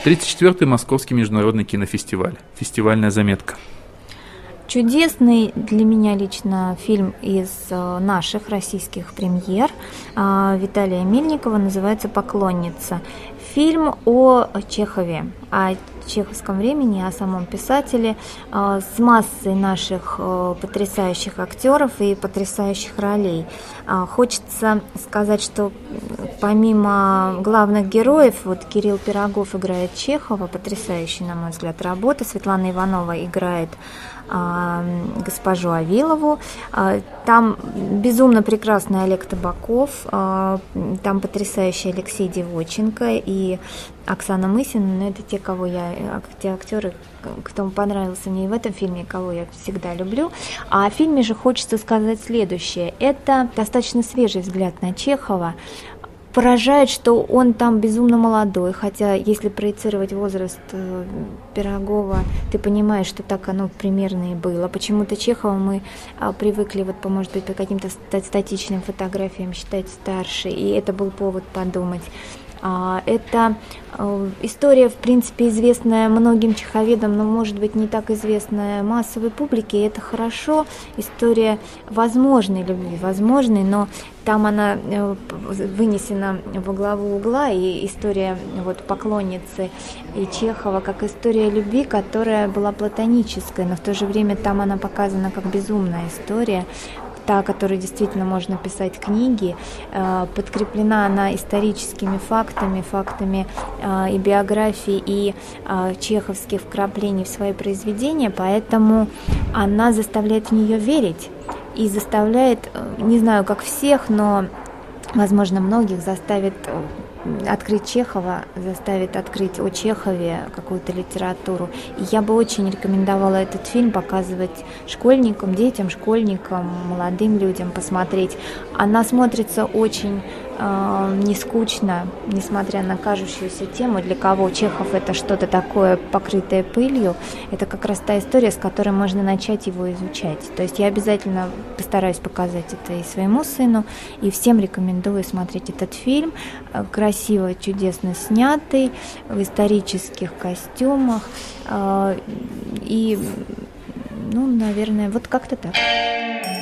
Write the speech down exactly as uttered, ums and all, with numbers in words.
тридцать четвёртый Московский международный кинофестиваль. Фестивальная заметка. Чудесный для меня лично фильм из наших российских премьер Виталия Мельникова, называется «Поклонница». Фильм о Чехове, о чеховском времени, о самом писателе, с массой наших потрясающих актеров и потрясающих ролей. Хочется сказать, что помимо главных героев, вот Кирилл Пирогов играет Чехова, потрясающая, на мой взгляд, работа. Светлана Иванова играет госпожу Авилову. Там безумно прекрасный Олег Табаков, там потрясающий Алексей Девоченко и Оксана Мысина. Но это те, кого я, те актеры, кто понравился мне и в этом фильме, кого я всегда люблю. А о фильме же хочется сказать следующее. Это достаточно свежий взгляд на Чехова. Поражает, что он там безумно молодой, хотя если проецировать возраст Пирогова, ты понимаешь, что так оно примерно и было. Почему-то Чехова мы привыкли, вот, по, может быть, по каким-то статичным фотографиям считать старше, и это был повод подумать. Это история, в принципе, известная многим чеховедам, но, может быть, не так известная массовой публике, и это хорошо. История возможной любви, возможной, но там она вынесена во главу угла, и история вот поклонницы и Чехова как история любви, которая была платонической, но в то же время там она показана как безумная история, та, о которой действительно можно писать книги, подкреплена она историческими фактами, фактами и биографии, и чеховских вкраплений в свои произведения, поэтому она заставляет в нее верить и заставляет, не знаю, как всех, но, возможно, многих заставит открыть Чехова, заставит открыть о Чехове какую-то литературу. И я бы очень рекомендовала этот фильм показывать школьникам, детям, школьникам, молодым людям посмотреть. Она смотрится очень э, нескучно, несмотря на кажущуюся тему. Для кого Чехов — это что-то такое, покрытое пылью, это как раз та история, с которой можно начать его изучать. То есть я обязательно постараюсь показать это и своему сыну, и всем рекомендую смотреть этот фильм. Красиво, чудесно снятый, в исторических костюмах. И, ну, наверное, вот как-то так.